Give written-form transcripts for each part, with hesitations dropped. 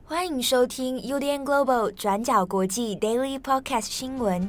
欢迎收听 UDN Global 转角国际 Daily Podcast 新闻。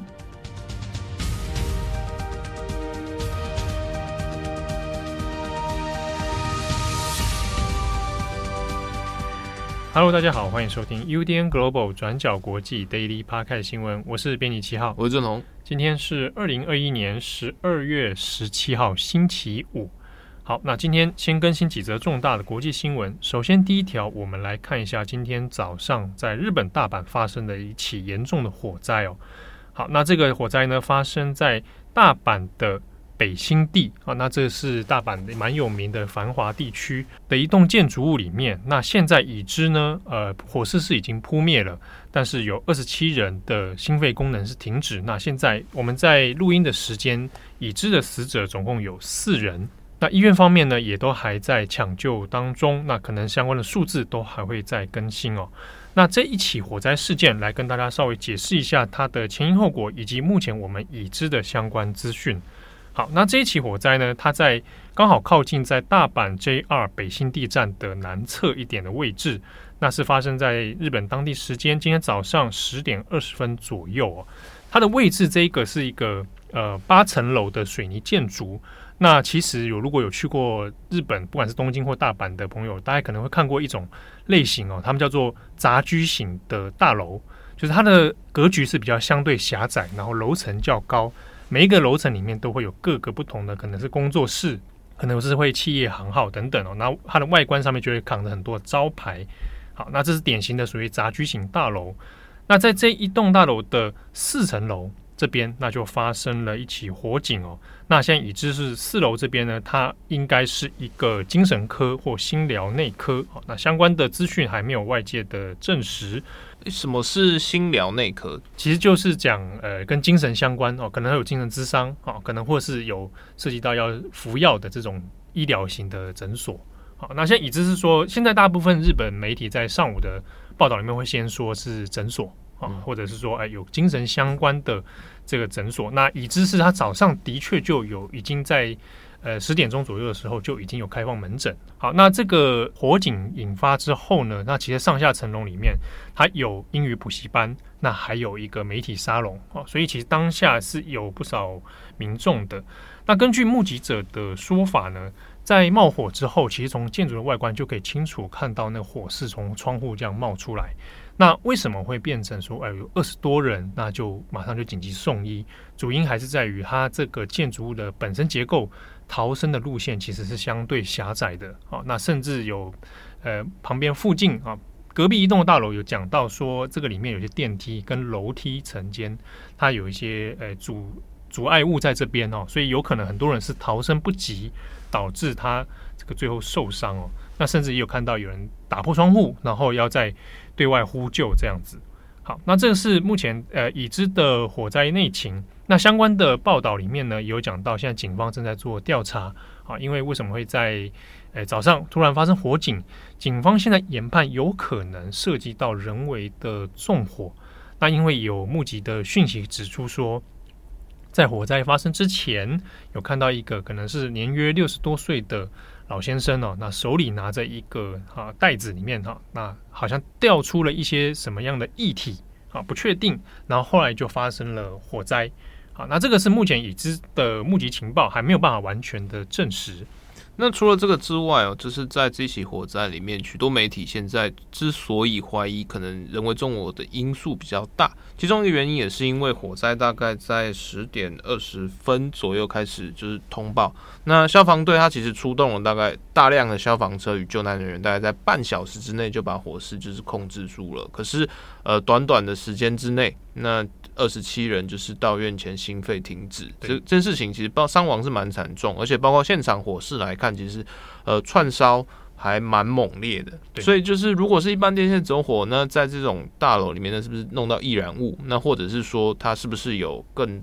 Hello， 大家好，欢迎收听 UDN Global 转角国际 Daily Podcast 新闻，我是编辑7号， 我是郑宏。 今天是2021年12月17号，星期五。好，那今天先更新几则重大的国际新闻。首先，第一条，我们来看一下今天早上在日本大阪发生的一起严重的火灾哦。好，那这个火灾呢，发生在大阪的北新地啊，那这是大阪蛮有名的繁华地区的一栋建筑物里面。那现在已知呢，火势是已经扑灭了，但是有27人的心肺功能是停止。那现在我们在录音的时间，已知的死者总共有4人。那医院方面呢，也都还在抢救当中，那可能相关的数字都还会再更新哦。那这一起火灾事件，来跟大家稍微解释一下它的前因后果，以及目前我们已知的相关资讯。好，那这一起火灾呢，它在刚好靠近在大阪 JR 北新地站的南侧一点的位置，那是发生在日本当地时间今天早上10点20分左右哦。它的位置这一个是一个8层楼的水泥建筑。那其实如果有去过日本，不管是东京或大阪的朋友，大家可能会看过一种类型哦，他们叫做杂居型的大楼，就是它的格局是比较相对狭窄，然后楼层较高，每一个楼层里面都会有各个不同的，可能是工作室，可能是会企业行号等等哦。然后它的外观上面就会扛着很多招牌。好，那这是典型的属于杂居型大楼。那在这一栋大楼的4层楼这边，那就发生了一起火警哦。那现在已知是4楼这边呢，它应该是一个精神科或心疗内科。那相关的资讯还没有外界的证实。 什么是心疗内科？ 其实就是讲跟精神相关哦，可能有精神咨商哦，可能或是有涉及到要服药的这种医疗型的诊所。好，那现在已知是说，现在大部分日本媒体在上午的报道里面会先说是诊所。或者是说有精神相关的这个诊所。那已知是他早上的确就有已经在10点钟左右的时候就已经有开放门诊。好，那这个火警引发之后呢，那其实上下层楼里面它有英语补习班，那还有一个媒体沙龙，所以其实当下是有不少民众的。那根据目击者的说法呢，在冒火之后，其实从建筑的外观就可以清楚看到那火势从窗户这样冒出来。那为什么会变成说有20多人，那就马上就紧急送医？主因还是在于它这个建筑物的本身结构，逃生的路线其实是相对狭窄的。那甚至有旁边附近隔壁一栋大楼有讲到说，这个里面有些电梯跟楼梯层间，它有一些阻碍物在这边所以有可能很多人是逃生不及，导致他这个最后受伤哦。那甚至也有看到有人打破窗户，然后要再对外呼救这样子。好，那这个是目前已知的火灾内情。那相关的报道里面呢，也有讲到现在警方正在做调查因为为什么会在早上突然发生火警，警方现在研判有可能涉及到人为的纵火。那因为有目击的讯息指出说，在火灾发生之前，有看到一个可能是年约60多岁的老先生那手里拿着一个袋子里面那好像掉出了一些什么样的液体不确定，然后后来就发生了火灾。那这个是目前已知的目击情报，还没有办法完全的证实。 那除了这个之外就是在这起火灾里面，许多媒体现在之所以怀疑可能人为纵火的因素比较大，其中一个原因也是因为火灾大概在10点20分左右开始就是通报，那消防队它其实出动了大概大量的消防车与救难人员，大概在半小时之内就把火势就是控制住了。可是短短的时间之内，那27人就是到院前心肺停止，这件事情其实伤亡是蛮惨重，而且包括现场火势来看，其实串烧还蛮猛烈的。所以就是如果是一般电线走火，那在这种大楼里面，那是不是弄到易燃物？那或者是说它是不是有更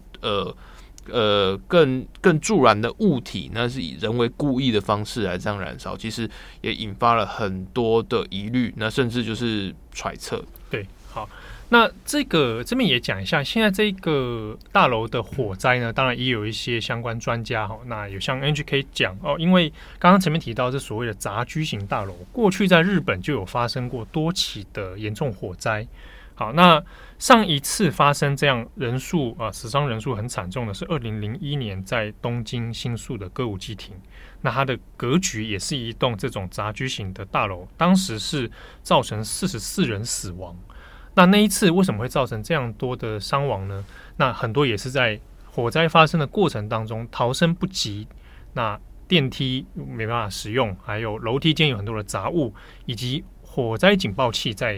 助燃的物体，那是以人为故意的方式来这样燃烧，其实也引发了很多的疑虑，那甚至就是揣测。 对。 好，那这边也讲一下，现在这个大楼的火灾呢，当然也有一些相关专家那有像 NGK 讲因为刚刚前面提到这所谓的杂居型大楼，过去在日本就有发生过多起的严重火灾。好，那上一次发生这样死伤人数很惨重的是2001年在东京新宿的歌舞伎町，那它的格局也是一栋这种杂居型的大楼，当时是造成44人死亡。那一次为什么会造成这样多的伤亡呢？那很多也是在火灾发生的过程当中逃生不及，那电梯没办法使用，还有楼梯间有很多的杂物，以及火灾警报器在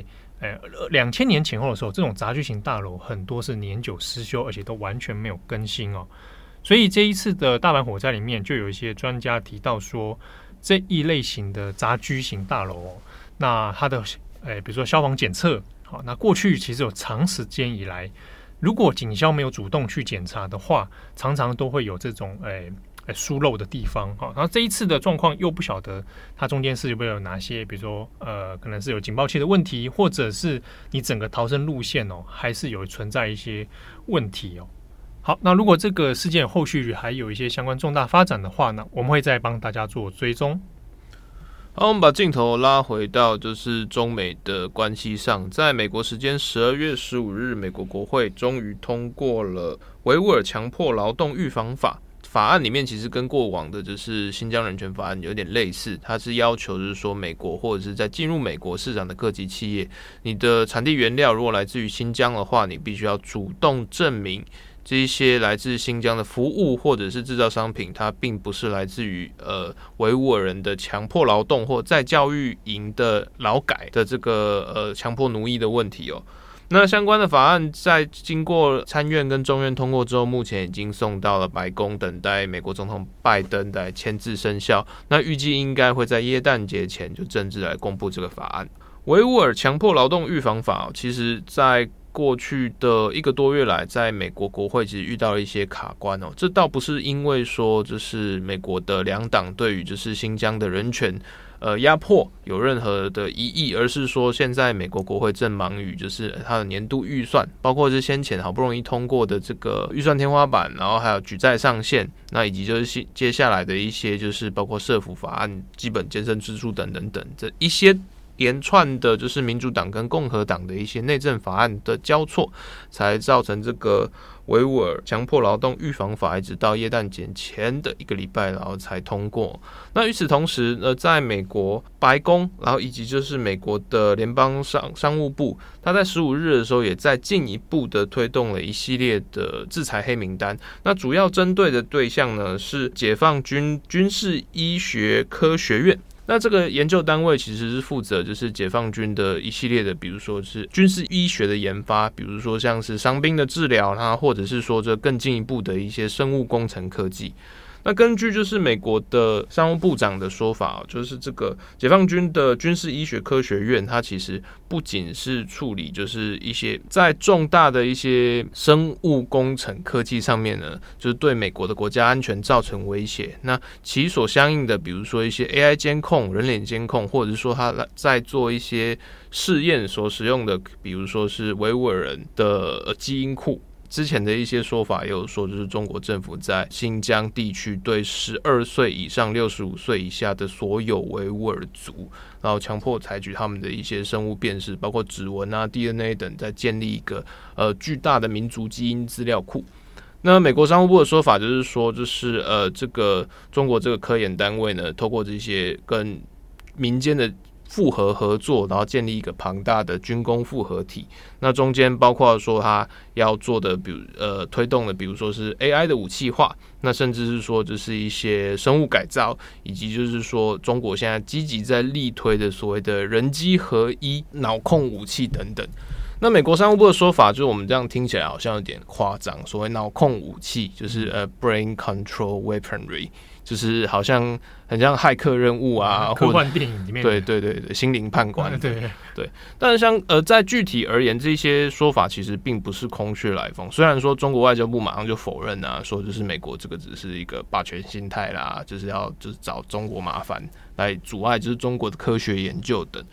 2000年前后的时候，这种杂居型大楼很多是年久失修，而且都完全没有更新所以这一次的大阪火灾里面，就有一些专家提到说，这一类型的杂居型大楼那它的比如说消防检测，好，那过去其实有长时间以来，如果警消没有主动去检查的话，常常都会有这种疏漏的地方。然后这一次的状况又不晓得它中间是不是有哪些，比如说可能是有警报器的问题，或者是你整个逃生路线还是有存在一些问题好，那如果这个事件后续还有一些相关重大发展的话呢，我们会再帮大家做追踪。 好，我们把镜头拉回到就是中美的关系上，在美国时间12月15日，美国国会终于通过了维吾尔强迫劳动预防法。法案里面其实跟过往的就是新疆人权法案有点类似，它是要求就是说美国或者是在进入美国市场的各级企业，你的产地原料如果来自于新疆的话，你必须要主动证明这一些来自新疆的服务或者是制造商品，它并不是来自于维吾尔人的强迫劳动或在教育营的劳改的这个强迫奴役的问题那相关的法案在经过参院跟中院通过之后，目前已经送到了白宫，等待美国总统拜登来签字生效。那预计应该会在耶诞节前就正式来公布这个法案。维吾尔强迫劳动预防法其实在过去的1个多月来，在美国国会其实遇到了一些卡关这倒不是因为说就是美国的两党对于就是新疆的人权压迫有任何的疑义，而是说现在美国国会正忙于就是它的年度预算，包括是先前好不容易通过的这个预算天花板，然后还有举债上限，那以及就是接下来的一些就是包括社福法案、基本健身支出等等等这一些连串的就是民主党跟共和党的一些内政法案的交错，才造成这个维吾尔强迫劳动预防法一直到耶诞节前的1个礼拜然后才通过。那与此同时呢，在美国白宫然后以及就是美国的联邦商务部，他在15日的时候也在进一步的推动了一系列的制裁黑名单。那主要针对的对象呢是解放军军事医学科学院。那这个研究单位其实是负责就是解放军的一系列的，比如说是军事医学的研发，比如说像是伤兵的治疗或者是说这更进一步的一些生物工程科技。那根据就是美国的商务部长的说法，就是这个解放军的军事医学科学院，它其实不仅是处理就是一些在重大的一些生物工程科技上面呢，就是对美国的国家安全造成威胁。那其所相应的，比如说一些 AI 监控、人脸监控，或者是说它在做一些试验所使用的，比如说是维吾尔人的基因库。之前的一些说法也有说，就是中国政府在新疆地区对12岁以上65岁以下的所有维吾尔族，然后强迫采取他们的一些生物辨识，包括指纹DNA 等，在建立一个巨大的民族基因资料库。那美国商务部的说法就是说，就是这个中国这个科研单位呢，透过这些跟民间的复合合作，然后建立一个庞大的军工复合体。那中间包括说他要做的，比如推动的，比如说是 AI 的武器化，那甚至是说就是一些生物改造，以及就是说中国现在积极在力推的所谓的人机合一脑控武器等等。那美国商务部的说法就是，我们这样听起来好像有点夸张，所谓脑控武器就是brain control weaponry， 就是好像很像骇客任务科幻电影里面对对对对，心灵判官对。 但是像在具体而言，这些说法其实并不是空穴来风。虽然说中国外交部马上就否认说就是美国这个只是一个霸权心态啦，就是要就是找中国麻烦来阻碍就是中国的科学研究等。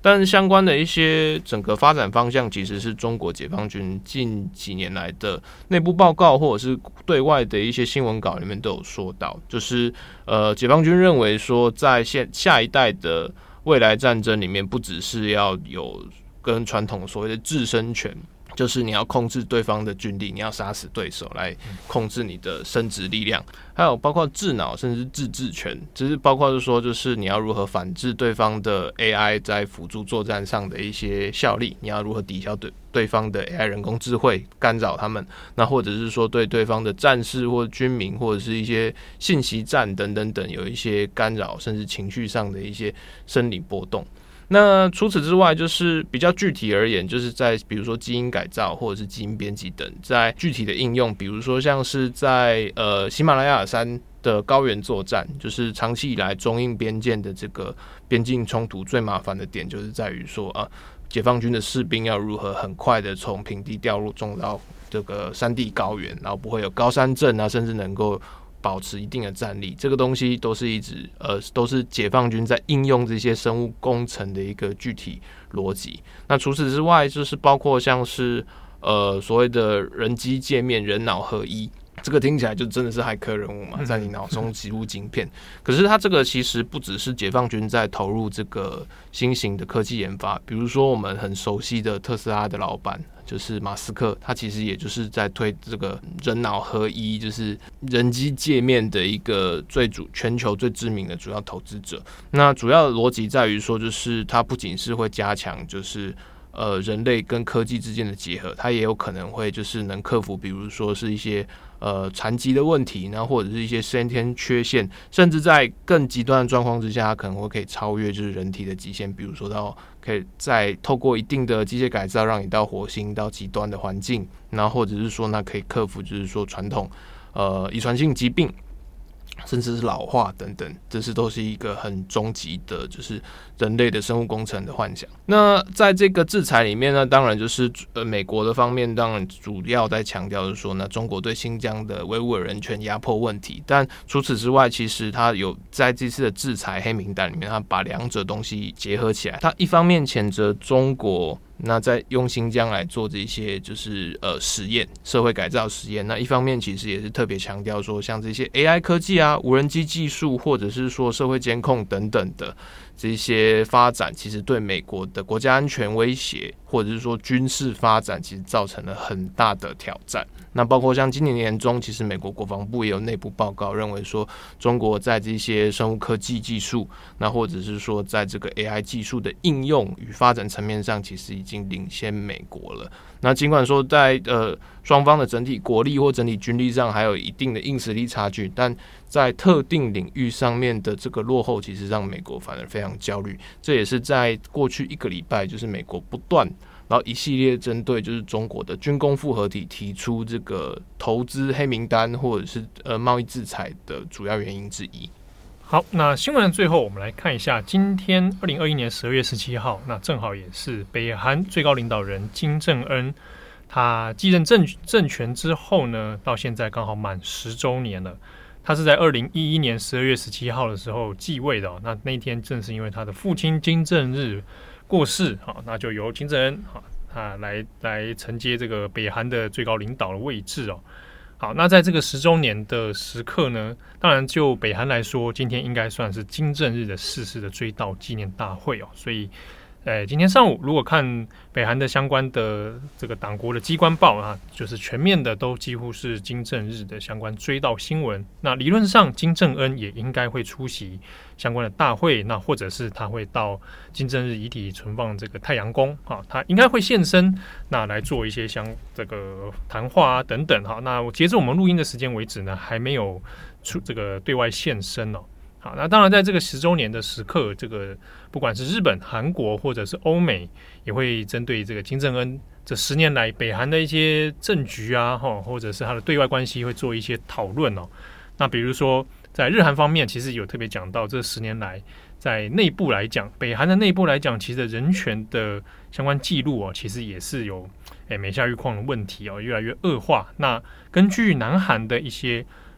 但相关的一些整个发展方向，其实是中国解放军近几年来的内部报告或者是对外的一些新闻稿里面都有说到，就是解放军认为说，在下一代的未来战争里面，不只是要有跟传统所谓的制身权，就是你要控制对方的军力，你要杀死对手来控制你的生殖力量，还有包括智脑甚至自治权，只是包括是说，就是你要如何反制对方的 AI 在辅助作战上的一些效力，你要如何抵消对方的 AI 人工智慧干扰他们，那或者是说对对方的战士或军民或者是一些信息战等等等有一些干扰，甚至情绪上的一些生理波动。那除此之外，就是比较具体而言，就是在比如说基因改造或者是基因编辑等，在具体的应用，比如说像是在喜马拉雅山的高原作战，就是长期以来中印边界的这个边境冲突最麻烦的点，就是在于说解放军的士兵要如何很快的从平地掉入种到这个山地高原，然后不会有高山症啊，甚至能够保持一定的战力，这个东西都是都是解放军在应用这些生物工程的一个具体逻辑。那除此之外，就是包括像是所谓的人机界面、人脑合一，这个听起来就真的是骇客任务嘛，在你脑中植入晶片。可是它这个其实不只是解放军在投入这个新型的科技研发，比如说我们很熟悉的特斯拉的老板。就是马斯克，他其实也就是在推这个人脑合一，就是人机界面的一个全球最知名的主要投资者。那主要的逻辑在于说，就是它不仅是会加强，就是人类跟科技之间的结合，它也有可能会就是能克服，比如说是一些残疾的问题，然后或者是一些先天缺陷，甚至在更极端的状况之下，它可能会可以超越就是人体的极限，比如说到可以再透过一定的机械改造，让你到火星到极端的环境，然后或者是说那可以克服就是说传统遗传性疾病。甚至是老化等等，这都是一个很终极的，就是人类的生物工程的幻想。那在这个制裁里面呢，当然就是美国的方面，当然主要在强调是说呢，中国对新疆的维吾尔人权压迫问题。但除此之外，其实他有在这次的制裁黑名单里面，他把两者东西结合起来。他一方面谴责中国。那在用新疆来做这些就是实验，社会改造实验。那一方面其实也是特别强调说，像这些 AI 科技啊、无人机技术，或者是说社会监控等等的这些发展，其实对美国的国家安全威胁，或者是说军事发展，其实造成了很大的挑战。那包括像今年年中，其实美国国防部也有内部报告认为说，中国在这些生物科技技术，那或者是说在这个 AI 技术的应用与发展层面上，其实已经领先美国了。那尽管说在双方的整体国力或整体军力上还有一定的硬实力差距，但在特定领域上面的这个落后，其实让美国反而非常焦虑。这也是在过去1个礼拜，就是美国不断然后一系列针对就是中国的军工复合体提出这个投资黑名单或者是贸易制裁的主要原因之一。 好，那新闻的最后我们来看一下，今天2021年12月17号，那正好也是北韩最高领导人金正恩他继任政权之后呢，到现在刚好满10周年了。他是在2011年12月17号的时候继位的那一天正是因为他的父亲金正日过世，那就由金正恩来承接这个北韩的最高领导的位置好，那在这个10周年的时刻呢，当然就北韩来说，今天应该算是金正日的逝世的追悼纪念大会所以今天上午如果看北韩的相关的这个党国的机关报就是全面的都几乎是金正日的相关追悼新闻。那理论上金正恩也应该会出席相关的大会，那或者是他会到金正日遗体存放这个太阳宫他应该会现身，那来做一些像这个谈话等等那截至我们录音的时间为止呢，还没有出这个对外现身好，那当然在这个10周年的时刻，这个不管是日本、韩国或者是欧美，也会针对这个金正恩这10年来北韩的一些政局或者是他的对外关系会做一些讨论那比如说在日韩方面，其实有特别讲到这10年来在内部来讲，北韩的内部来讲，其实人权的相关记录其实也是有每下愈况的问题越来越恶化。那根据南韩的一些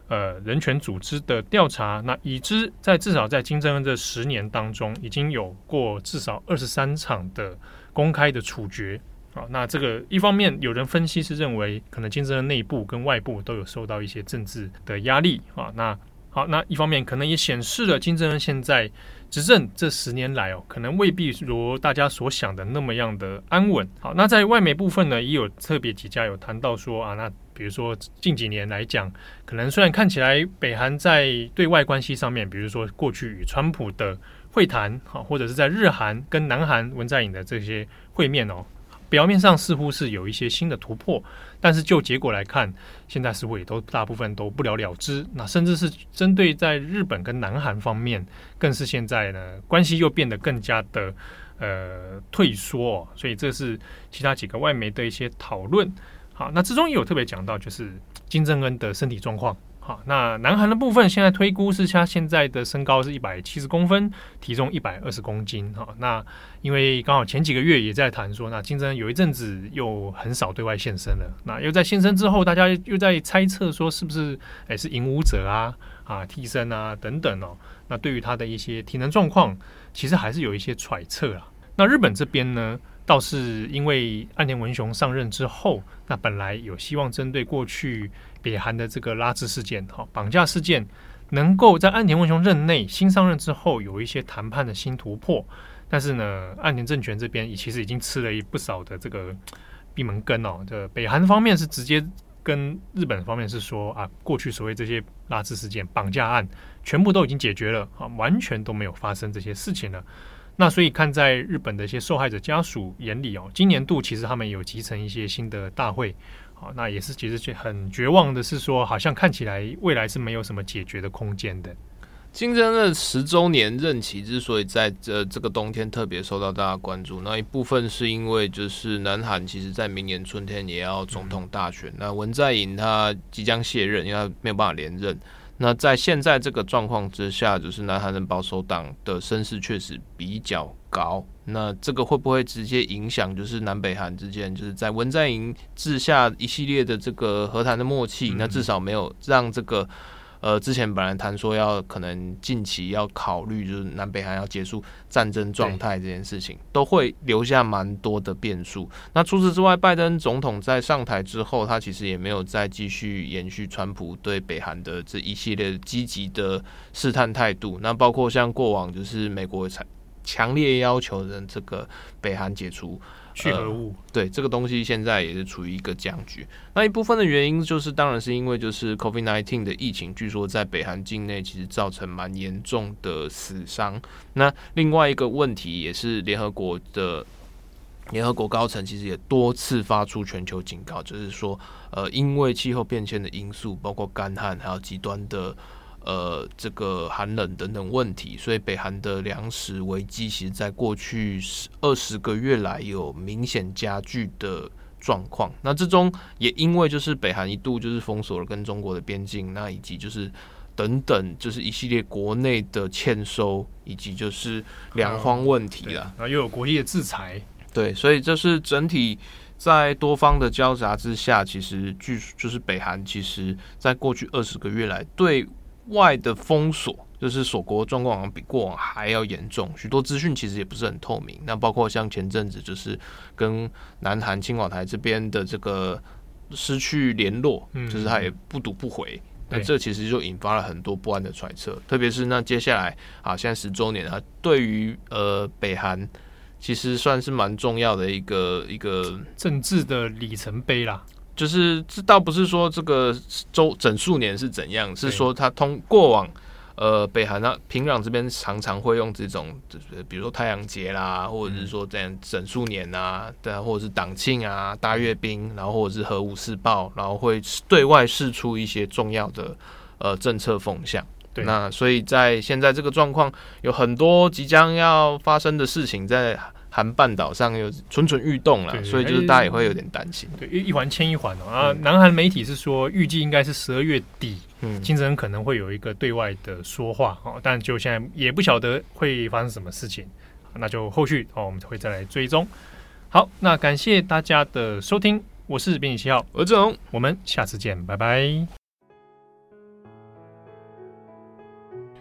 人权组织的调查，那已知至少在金正恩这10年当中，已经有过至少23场的公开的处决。那这个一方面有人分析是认为，可能金正恩内部跟外部都有受到一些政治的压力啊。那一方面可能也显示了金正恩现在执政这10年来可能未必如大家所想的那么样的安稳。好，那在外媒部分呢，也有特别几家有谈到说那比如说近几年来讲，可能虽然看起来北韩在对外关系上面，比如说过去与川普的会谈，或者是在日韩跟南韩文在寅的这些会面表面上似乎是有一些新的突破，但是就结果来看，现在似乎也都大部分都不了了之。那甚至是针对在日本跟南韩方面，更是现在呢关系又变得更加的退缩所以这是其他几个外媒的一些讨论。好，那之中也有特别讲到，就是金正恩的身体状况。好，那南韩的部分现在推估是他现在的身高是170公分，体重120公斤。好，那因为刚好前几个月也在谈说，那金正恩有一阵子又很少对外现身了，那又在现身之后，大家又在猜测说是不是是影武者替身等等那对于他的一些体能状况，其实还是有一些揣测啦。那日本这边呢，倒是因为岸田文雄上任之后，那本来有希望针对过去北韩的这个拉致事件、绑架事件，能够在岸田文雄任内新上任之后有一些谈判的新突破。但是呢，岸田政权这边其实已经吃了不少的这个闭门羹这北韩方面是直接跟日本方面是说过去所谓这些拉致事件、绑架案全部都已经解决了完全都没有发生这些事情了。那所以看在日本的一些受害者家属眼里今年度其实他们有集成一些新的大会，那也是其实很绝望的是说，好像看起来未来是没有什么解决的空间的。 金正恩10周年任期之所以在这个冬天特别受到大家关注，那一部分是因为就是南韩其实在明年春天也要总统大选，那文在寅他即将卸任，因为他没有办法连任。那在现在这个状况之下，就是南韩人保守党的声势确实比较高。那这个会不会直接影响就是南北韩之间，就是在文在寅治下一系列的这个和谈的默契？那至少没有让这个之前本来谈说要可能近期要考虑就是南北韩要结束战争状态这件事情，都会留下蛮多的变数。那除此之外，拜登总统在上台之后，他其实也没有再继续延续川普对北韩的这一系列积极的试探态度。那包括像过往就是美国强烈要求的这个北韩解除去核武， 对这个东西现在也是处于一个僵局。那一部分的原因就是，当然是因为就是 COVID-19 的疫情，据说在北韩境内其实造成蛮严重的死伤。那另外一个问题也是联合国高层其实也多次发出全球警告，就是说因为气候变迁的因素，包括干旱还有极端的这个寒冷等等问题，所以北韩的粮食危机其实在过去20个月来有明显加剧的状况。那之中也因为就是北韩一度就是封锁了跟中国的边境，那以及就是等等就是一系列国内的欠收以及就是粮荒问题啦， 然后又有国际的制裁， 对，所以这是整体在多方的交杂之下，其实就是北韩其实在过去20个月来对外的封锁，就是锁国状况好像比过往还要严重，许多资讯其实也不是很透明。那包括像前阵子就是跟南韩青瓦台这边的这个失去联络，就是他也不读不回。那这其实就引发了很多不安的揣测，特别是那接下来现在10周年对于北韩其实算是蛮重要的一个政治的里程碑啦。 就是这倒不是说这个整数年是怎样，是说他过往北韩平壤这边常常会用这种比如说太阳节啦，或者是说这样整数年或者是党庆大阅兵，然后或者是核武试爆，然后会对外释出一些重要的政策风向。那所以在现在这个状况，有很多即将要发生的事情在韩半岛上有蠢蠢欲动了，所以就是大家也会有点担心。 对，一环牵一环南韩媒体是说，预计应该是12月底，金正恩可能会有一个对外的说话但就现在也不晓得会发生什么事情，那就后续我们会再来追踪。好，那感谢大家的收听，我是编辑7号， 我是郑荣， 我们下次见，拜拜。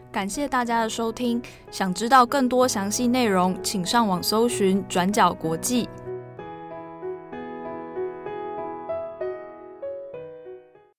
感谢大家的收听，想知道更多详细内容，请上网搜寻转角国际。